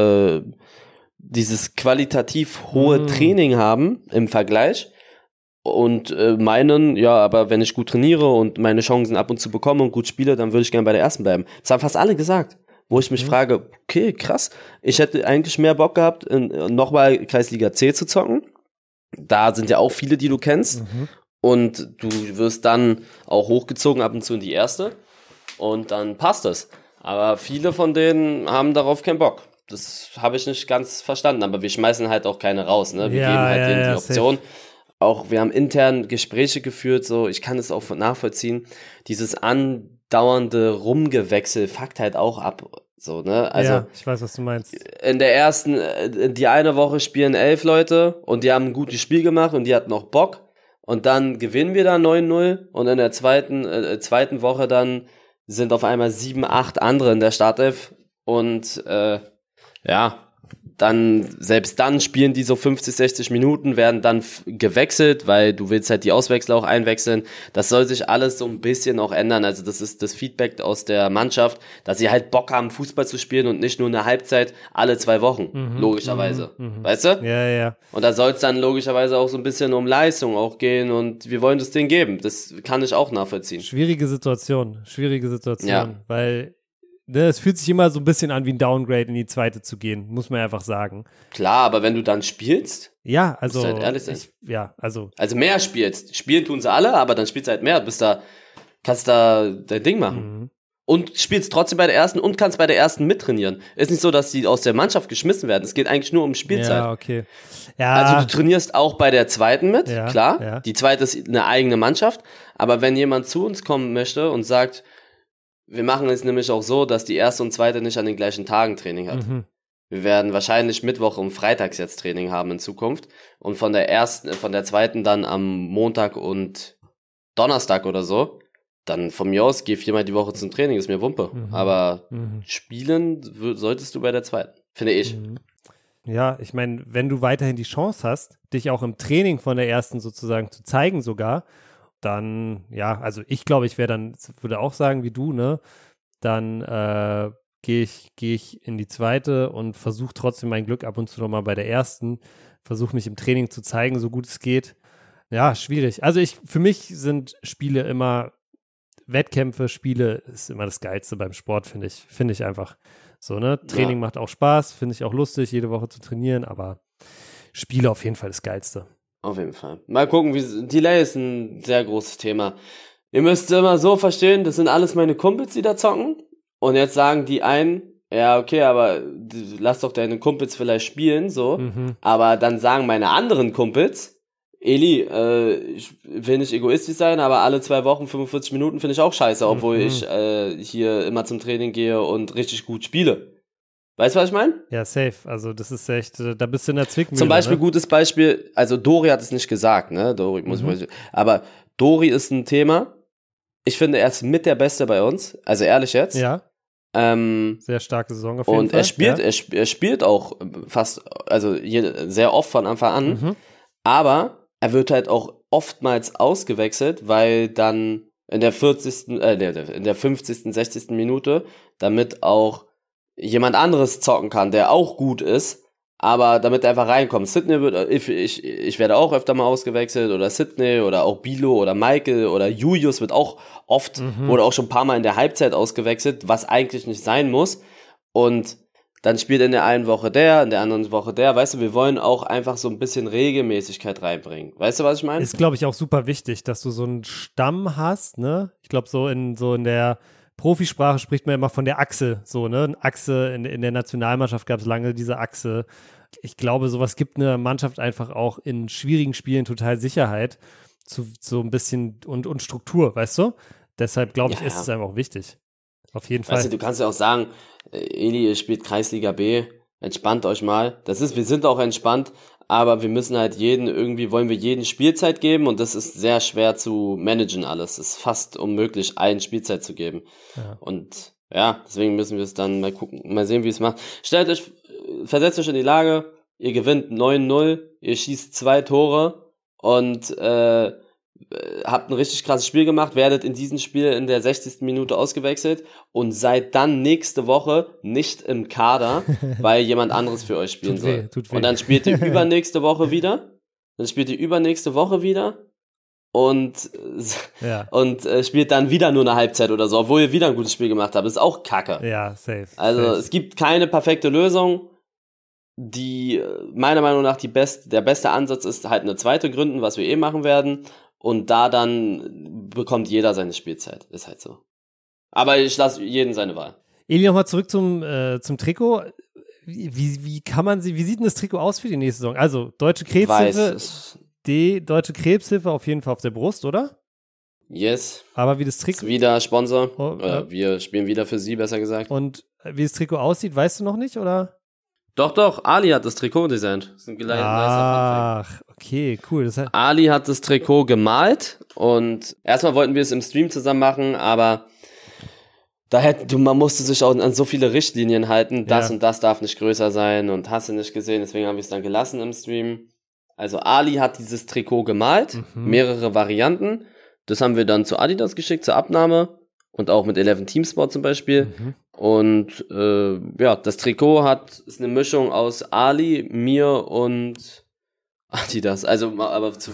dieses qualitativ hohe Training haben im Vergleich und meinen, ja, aber wenn ich gut trainiere und meine Chancen ab und zu bekomme und gut spiele, dann würde ich gerne bei der ersten bleiben. Das haben fast alle gesagt, wo ich mich frage, okay, krass, ich hätte eigentlich mehr Bock gehabt, nochmal Kreisliga C zu zocken. Da sind ja auch viele, die du kennst und du wirst dann auch hochgezogen ab und zu in die erste und dann passt es. Aber viele von denen haben darauf keinen Bock. Das habe ich nicht ganz verstanden, aber wir schmeißen halt auch keine raus, ne? Wir geben halt denen die Option. Safe. Auch wir haben intern Gespräche geführt, so, ich kann es auch nachvollziehen. Dieses andauernde Rumgewechsel fuckt halt auch ab, so, ne? Also, ja, ich weiß, was du meinst. In der ersten, die eine Woche spielen 11 Leute und die haben ein gutes Spiel gemacht und die hatten auch Bock und dann gewinnen wir da 9-0 und in der zweiten Woche dann sind auf einmal 7, 8 andere in der Startelf und ja, dann, selbst dann spielen die so 50, 60 Minuten, werden dann gewechselt, weil du willst halt die Auswechsler auch einwechseln. Das soll sich alles so ein bisschen auch ändern. Also das ist das Feedback aus der Mannschaft, dass sie halt Bock haben, Fußball zu spielen und nicht nur eine Halbzeit alle 2 Wochen, logischerweise. Weißt du? Ja, ja. Und da soll es dann logischerweise auch so ein bisschen um Leistung auch gehen und wir wollen das Ding geben. Das kann ich auch nachvollziehen. Schwierige Situation, Ja. weil es fühlt sich immer so ein bisschen an wie ein Downgrade in die zweite zu gehen, muss man einfach sagen. Klar, aber wenn du dann spielst, ja, also musst du halt ehrlich sein. Also mehr spielst. Spielen tun sie alle, aber dann spielst du halt mehr. Kannst da dein Ding machen. Und spielst trotzdem bei der ersten und kannst bei der ersten mittrainieren. Ist nicht so, dass die aus der Mannschaft geschmissen werden. Es geht eigentlich nur um Spielzeit. Ja, okay. Ja. Also du trainierst auch bei der zweiten mit, klar. Ja. Die zweite ist eine eigene Mannschaft. Aber wenn jemand zu uns kommen möchte und sagt, wir machen es nämlich auch so, dass die erste und zweite nicht an den gleichen Tagen Training hat. Wir werden wahrscheinlich Mittwoch und Freitags jetzt Training haben in Zukunft und von der zweiten dann am Montag und Donnerstag oder so. Dann von mir aus, geh 4-mal die Woche zum Training, ist mir Wumpe. Aber spielen solltest du bei der zweiten, finde ich. Ja, ich meine, wenn du weiterhin die Chance hast, dich auch im Training von der ersten sozusagen zu zeigen sogar, dann, ja, also ich glaube, würde auch sagen wie du, ne, dann gehe ich in die zweite und versuche trotzdem mein Glück ab und zu nochmal bei der ersten, versuche mich im Training zu zeigen, so gut es geht. Ja, schwierig. Also für mich sind Spiele immer Wettkämpfe, Spiele ist immer das Geilste beim Sport, finde ich einfach so, ne, Training macht auch Spaß, finde ich auch lustig, jede Woche zu trainieren, aber Spiele auf jeden Fall das Geilste. Auf jeden Fall. Mal gucken, Delay ist ein sehr großes Thema. Ihr müsst immer so verstehen, das sind alles meine Kumpels, die da zocken. Und jetzt sagen die einen, ja, okay, aber lass doch deine Kumpels vielleicht spielen, so. Aber dann sagen meine anderen Kumpels, Eli, ich will nicht egoistisch sein, aber alle 2 Wochen 45 Minuten finde ich auch scheiße, obwohl ich hier immer zum Training gehe und richtig gut spiele. Weißt du, was ich meine? Ja, safe. Also das ist echt, da bist du in der Zwickmühle. Zum Beispiel, gutes Beispiel, also Dori hat es nicht gesagt, ne? Aber Dori ist ein Thema. Ich finde, er ist mit der Beste bei uns. Also ehrlich jetzt. Ja. Sehr starke Saison auf jeden Fall. Und er spielt auch fast, also sehr oft von Anfang an. Aber er wird halt auch oftmals ausgewechselt, weil dann in der 50., 60. Minute, damit auch jemand anderes zocken kann, der auch gut ist, aber damit er einfach reinkommt. Sidney ich werde auch öfter mal ausgewechselt oder Sidney oder auch Bilo oder Michael oder Julius wird auch oft, wurde auch schon ein paar Mal in der Halbzeit ausgewechselt, was eigentlich nicht sein muss. Und dann spielt in der einen Woche in der anderen Woche weißt du, wir wollen auch einfach so ein bisschen Regelmäßigkeit reinbringen. Weißt du, was ich meine? Ist, glaube ich, auch super wichtig, dass du so einen Stamm hast, ne? Ich glaube, so in der Profisprache spricht man immer von der Achse, so, ne? Eine Achse, in der Nationalmannschaft gab es lange diese Achse. Ich glaube, sowas gibt eine Mannschaft einfach auch in schwierigen Spielen total Sicherheit, so ein bisschen und Struktur, weißt du? Deshalb, glaube ich, ist es einfach auch wichtig. Auf jeden Fall. Weißt du, du kannst ja auch sagen, Eli, ihr spielt Kreisliga B, entspannt euch mal. Wir sind auch entspannt, aber wir müssen halt wollen wir jeden Spielzeit geben und das ist sehr schwer zu managen alles. Es ist fast unmöglich, allen Spielzeit zu geben. Ja. Und ja, deswegen müssen wir es dann mal gucken, mal sehen, wie es macht. Versetzt euch in die Lage, ihr gewinnt 9-0, ihr schießt 2 Tore und habt ein richtig krasses Spiel gemacht, werdet in diesem Spiel in der 60. Minute ausgewechselt und seid dann nächste Woche nicht im Kader, weil jemand anderes für euch spielen soll. Tut weh. Und dann spielt ihr übernächste Woche wieder und spielt dann wieder nur eine Halbzeit oder so, obwohl ihr wieder ein gutes Spiel gemacht habt. Das ist auch Kacke. Ja, safe. Also safe. Es gibt keine perfekte Lösung. Die meiner Meinung nach der beste Ansatz ist halt eine zweite gründen, was wir machen werden. Und da dann bekommt jeder seine Spielzeit. Ist halt so. Aber ich lasse jeden seine Wahl. Eli, nochmal zurück zum Trikot. Wie sieht denn das Trikot aus für die nächste Saison? Also, Deutsche Krebshilfe, Deutsche Krebshilfe auf jeden Fall auf der Brust, oder? Yes. Aber wie das Trikot... Ist wieder Sponsor. Wir spielen wieder für sie, besser gesagt. Und wie das Trikot aussieht, weißt du noch nicht, oder? Doch, Ali hat das Trikot designt. Das ist ein Ach, okay, cool. Ali hat das Trikot gemalt und erstmal wollten wir es im Stream zusammen machen, aber man musste sich auch an so viele Richtlinien halten, das und das darf nicht größer sein und hast du nicht gesehen, deswegen haben wir es dann gelassen im Stream. Also Ali hat dieses Trikot gemalt, mehrere Varianten, das haben wir dann zu Adidas geschickt, zur Abnahme und auch mit 11 Team Sport zum Beispiel und das Trikot ist eine Mischung aus Ali, mir und Adidas, also aber zu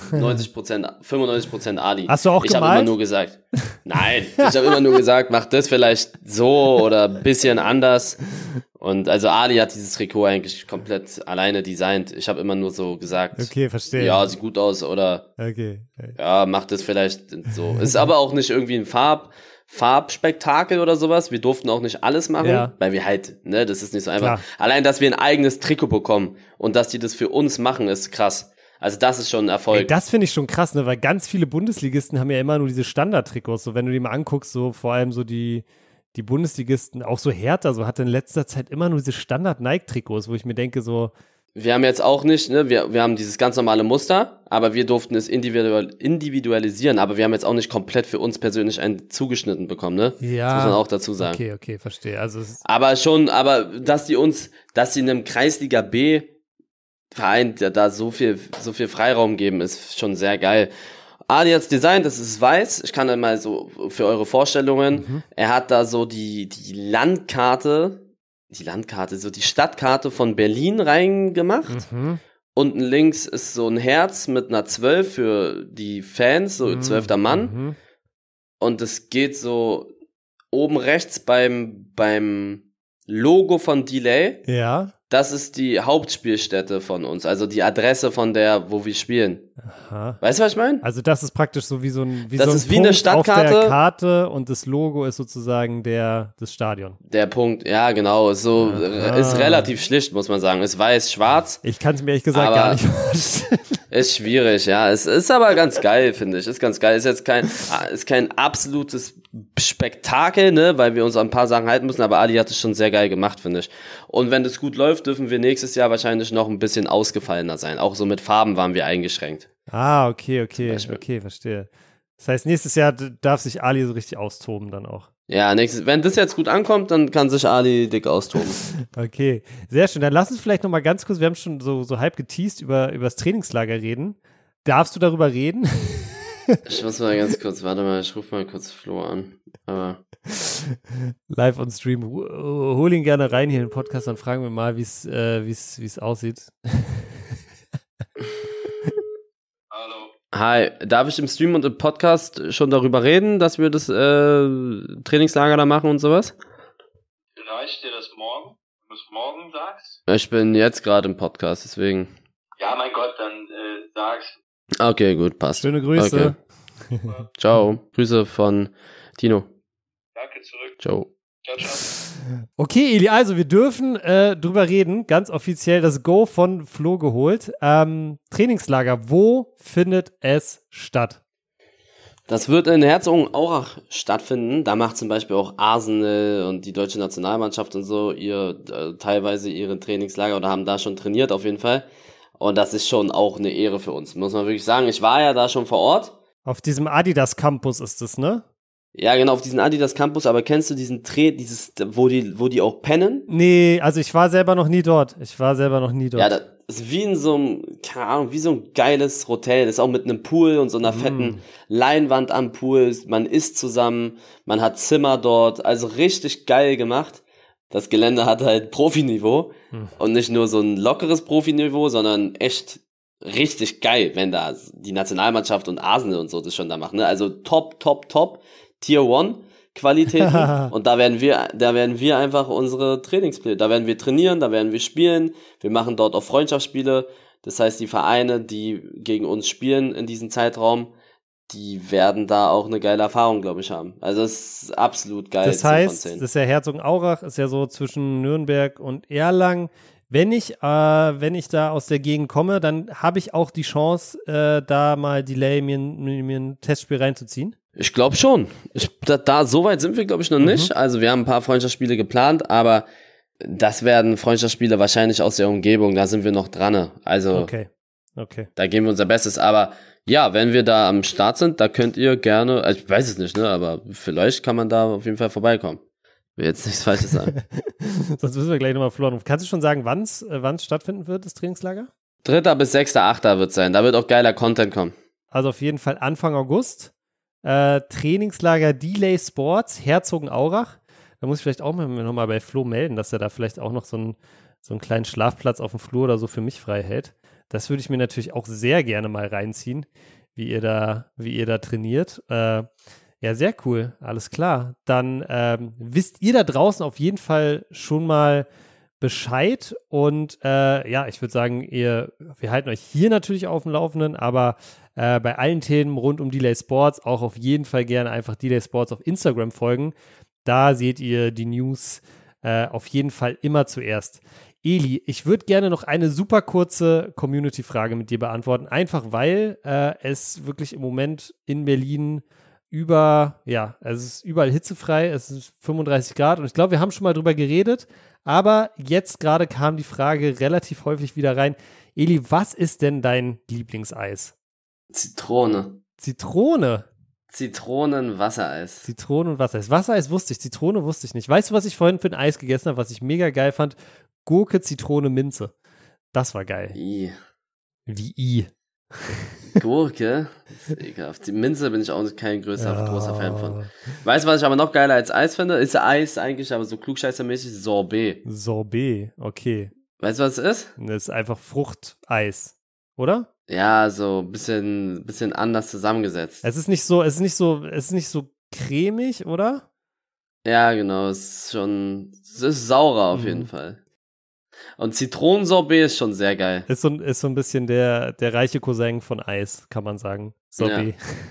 95% Ali. Hast du auch gemalt? Ich habe immer nur gesagt, nein, ich habe immer nur gesagt, mach das vielleicht so oder ein bisschen anders. Und also Ali hat dieses Trikot eigentlich komplett alleine designt. Ich habe immer nur so gesagt, okay, verstehe. Ja, sieht gut aus oder ja, mach das vielleicht so. Ist aber auch nicht irgendwie ein Farbspektakel oder sowas. Wir durften auch nicht alles machen, weil wir halt, das ist nicht so einfach. Klar. Allein, dass wir ein eigenes Trikot bekommen und dass die das für uns machen, ist krass. Also das ist schon ein Erfolg. Ey, das finde ich schon krass, weil ganz viele Bundesligisten haben ja immer nur diese Standard-Trikots. So, wenn du die mal anguckst, so vor allem so die Bundesligisten, auch so Hertha, so hatte in letzter Zeit immer nur diese Standard-Nike-Trikots, wo ich mir denke so, wir haben jetzt auch nicht, wir haben dieses ganz normale Muster, aber wir durften es individualisieren, aber wir haben jetzt auch nicht komplett für uns persönlich einen zugeschnitten bekommen, ne? Ja. Das muss man auch dazu sagen. Okay, verstehe. Also aber dass die in einem Kreisliga B Verein da so viel Freiraum geben, ist schon sehr geil. Ali hat's designt, das ist weiß. Ich kann dann mal so für eure Vorstellungen, er hat da so die Landkarte, so die Stadtkarte von Berlin reingemacht. Unten links ist so ein Herz mit einer 12 für die Fans, so 12. Mann. Und es geht so oben rechts beim Logo von Delay. Ja. Das ist die Hauptspielstätte von uns, also die Adresse von der, wo wir spielen. Aha. Weißt du, was ich meine? Also das ist praktisch so wie so ein das so ist wie eine Stadtkarte auf der Karte und das Logo ist sozusagen das Stadion. Der Punkt, ja genau, ist relativ schlicht, muss man sagen. Ist weiß-schwarz. Ich kann es mir ehrlich gesagt gar nicht vorstellen. Ist schwierig, ja. Es ist aber ganz geil, finde ich. Ist ganz geil. Ist jetzt kein absolutes Spektakel, ne, weil wir uns an ein paar Sachen halten müssen, aber Ali hat es schon sehr geil gemacht, finde ich. Und wenn das gut läuft, dürfen wir nächstes Jahr wahrscheinlich noch ein bisschen ausgefallener sein. Auch so mit Farben waren wir eingeschränkt. Ah, okay, verstehe. Das heißt, nächstes Jahr darf sich Ali so richtig austoben dann auch. Ja, wenn das jetzt gut ankommt, dann kann sich Ali dick austoben. Okay, sehr schön. Dann lass uns vielleicht noch mal ganz kurz, wir haben schon so halb geteased über das Trainingslager reden. Darfst du darüber reden? Ich muss mal ganz kurz, warte mal, ich rufe mal kurz Flo an. Aber live on Stream. Hol ihn gerne rein hier in den Podcast, dann fragen wir mal, wie es aussieht. Hallo. Hi, darf ich im Stream und im Podcast schon darüber reden, dass wir das Trainingslager da machen und sowas? Reicht dir das morgen? Wenn du es morgen sagst? Ich bin jetzt gerade im Podcast, deswegen. Ja, mein Gott, dann sag's. Okay, gut, passt. Schöne Grüße. Okay. Ciao. Grüße von Tino. Danke zurück. Ciao. Ciao. Okay, Eli, also wir dürfen drüber reden, ganz offiziell das Go von Flo geholt. Trainingslager, wo findet es statt? Das wird in Herzogenaurach stattfinden. Da macht zum Beispiel auch Arsenal und die deutsche Nationalmannschaft und so teilweise ihre Trainingslager oder haben da schon trainiert auf jeden Fall. Und das ist schon auch eine Ehre für uns, muss man wirklich sagen. Ich war ja da schon vor Ort. Auf diesem Adidas Campus ist es, ne? Ja, genau, auf diesen Adidas Campus, aber kennst du wo die auch pennen? Nee, also ich war selber noch nie dort. Ja, das ist wie in so einem, keine Ahnung, wie so ein geiles Hotel. Das ist auch mit einem Pool und so einer fetten Leinwand am Pool. Man isst zusammen, man hat Zimmer dort, also richtig geil gemacht. Das Gelände hat halt Profiniveau und nicht nur so ein lockeres Profiniveau, sondern echt richtig geil, wenn da die Nationalmannschaft und Arsenal und so das schon da machen. Ne? Also top, Tier 1 Qualitäten und da werden wir einfach unsere Trainingspläne, da werden wir trainieren, da werden wir spielen, wir machen dort auch Freundschaftsspiele, das heißt die Vereine, die gegen uns spielen in diesem Zeitraum, die werden da auch eine geile Erfahrung, glaube ich, haben. Also es ist absolut geil. Das heißt, das ist ja Herzogenaurach, ist ja so zwischen Nürnberg und Erlangen. Wenn ich da aus der Gegend komme, dann habe ich auch die Chance, da mal Delay mir ein Testspiel reinzuziehen. Ich glaube schon. So weit sind wir, glaube ich, noch nicht. Also wir haben ein paar Freundschaftsspiele geplant, aber das werden Freundschaftsspiele wahrscheinlich aus der Umgebung. Da sind wir noch dran. Also okay. Da geben wir unser Bestes. Aber ja, wenn wir da am Start sind, da könnt ihr gerne, also ich weiß es nicht, ne, aber vielleicht kann man da auf jeden Fall vorbeikommen. will jetzt nichts Falsches sagen. Sonst müssen wir gleich nochmal verloren. Kannst du schon sagen, wann es stattfinden wird, das Trainingslager? 3. bis 6.8. wird sein. Da wird auch geiler Content kommen. Also auf jeden Fall Anfang August. Trainingslager Delay Sports, Herzogenaurach. Da muss ich vielleicht auch nochmal bei Flo melden, dass er da vielleicht auch noch so einen kleinen Schlafplatz auf dem Flur oder so für mich frei hält. Das würde ich mir natürlich auch sehr gerne mal reinziehen, wie ihr da trainiert. Ja, sehr cool, alles klar. Dann wisst ihr da draußen auf jeden Fall schon mal Bescheid und ja, ich würde sagen, wir halten euch hier natürlich auf dem Laufenden, aber bei allen Themen rund um Delay Sports auch auf jeden Fall gerne einfach Delay Sports auf Instagram folgen. Da seht ihr die News auf jeden Fall immer zuerst. Eli, ich würde gerne noch eine super kurze Community-Frage mit dir beantworten, einfach weil es wirklich im Moment in Berlin es ist überall hitzefrei, es ist 35 Grad und ich glaube, wir haben schon mal drüber geredet, aber jetzt gerade kam die Frage relativ häufig wieder rein. Eli, was ist denn dein Lieblingseis? Zitrone. Zitronenwassereis. Zitronen und Wassereis. Wassereis wusste ich, Zitrone wusste ich nicht. Weißt du, was ich vorhin für ein Eis gegessen habe, was ich mega geil fand? Gurke, Zitrone, Minze. Das war geil. I. Wie I. Gurke? Das ist ekelhaft. Die Minze bin ich auch kein großer Fan von. Weißt du, was ich aber noch geiler als Eis finde? Ist Eis eigentlich, aber so klugscheißermäßig Sorbet. Sorbet, okay. Weißt du, was es ist? Das ist einfach Fruchteis, oder? Ja, so ein bisschen anders zusammengesetzt. Es ist nicht so cremig, oder? Ja, genau. Es ist saurer auf jeden Fall. Und Zitronensorbet ist schon sehr geil. Ist so ein bisschen der reiche Cousin von Eis, kann man sagen. Sorbet.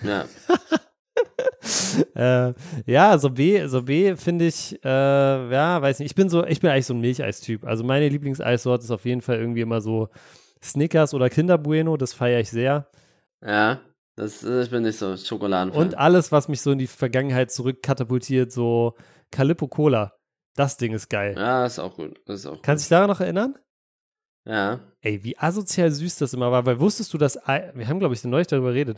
Ja. Sorbet finde ich, weiß nicht. Ich bin eigentlich so ein Milcheistyp. Also meine Lieblingseissorte ist auf jeden Fall irgendwie immer so Snickers oder Kinder Bueno, das feiere ich sehr. Ja, ich bin nicht so Schokoladenfan. Und alles, was mich so in die Vergangenheit zurückkatapultiert, so Calippo Cola. Das Ding ist geil. Ja, ist auch gut. Kannst du dich daran noch erinnern? Ja. Ey, wie asozial süß das immer war, weil wusstest du, dass, wir haben, glaube ich, neulich darüber geredet,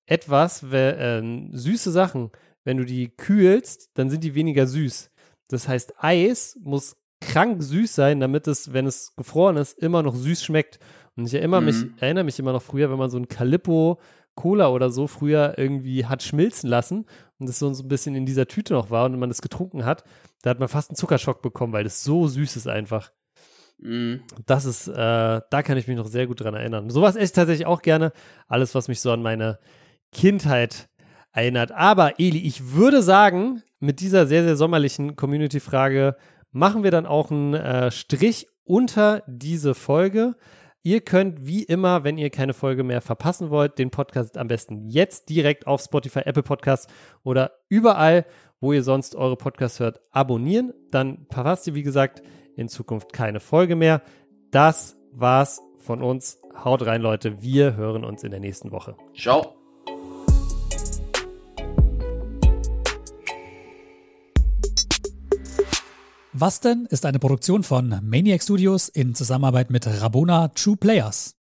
süße Sachen, wenn du die kühlst, dann sind die weniger süß. Das heißt, Eis muss krank süß sein, damit es, wenn es gefroren ist, immer noch süß schmeckt. Und ich erinnere mich immer noch früher, wenn man so ein Calippo Cola oder so früher irgendwie hat schmilzen lassen und das so ein bisschen in dieser Tüte noch war und man das getrunken hat, da hat man fast einen Zuckerschock bekommen, weil das so süß ist einfach. Das ist, da kann ich mich noch sehr gut dran erinnern. Sowas esse ich tatsächlich auch gerne. Alles, was mich so an meine Kindheit erinnert. Aber Eli, ich würde sagen, mit dieser sehr, sehr sommerlichen Community-Frage machen wir dann auch einen Strich unter diese Folge. Ihr könnt wie immer, wenn ihr keine Folge mehr verpassen wollt, den Podcast am besten jetzt direkt auf Spotify, Apple Podcasts oder überall, wo ihr sonst eure Podcasts hört, abonnieren. Dann verpasst ihr, wie gesagt, in Zukunft keine Folge mehr. Das war's von uns. Haut rein, Leute. Wir hören uns in der nächsten Woche. Ciao. Was denn ist eine Produktion von Maniac Studios in Zusammenarbeit mit Rabona True Players.